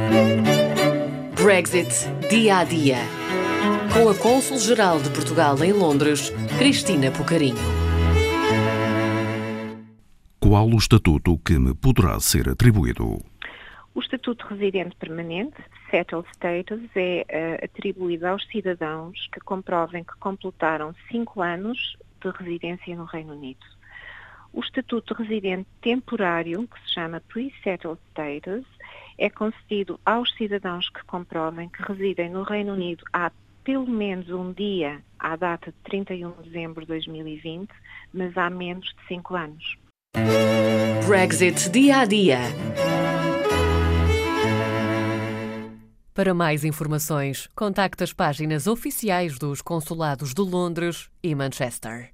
Brexit dia a dia. Com a Cônsul-Geral de Portugal em Londres, Cristina Pucarinho. Qual o estatuto que me poderá ser atribuído? O Estatuto de Residente Permanente, Settled Status, é atribuído aos cidadãos que comprovem que completaram 5 anos de residência no Reino Unido. O Estatuto de Residente Temporário, que se chama Pre-Settled Status, é concedido aos cidadãos que comprovem que residem no Reino Unido há pelo menos um dia à data de 31 de dezembro de 2020, mas há menos de 5 anos. Brexit dia a dia. Para mais informações, contacte as páginas oficiais dos consulados de Londres e Manchester.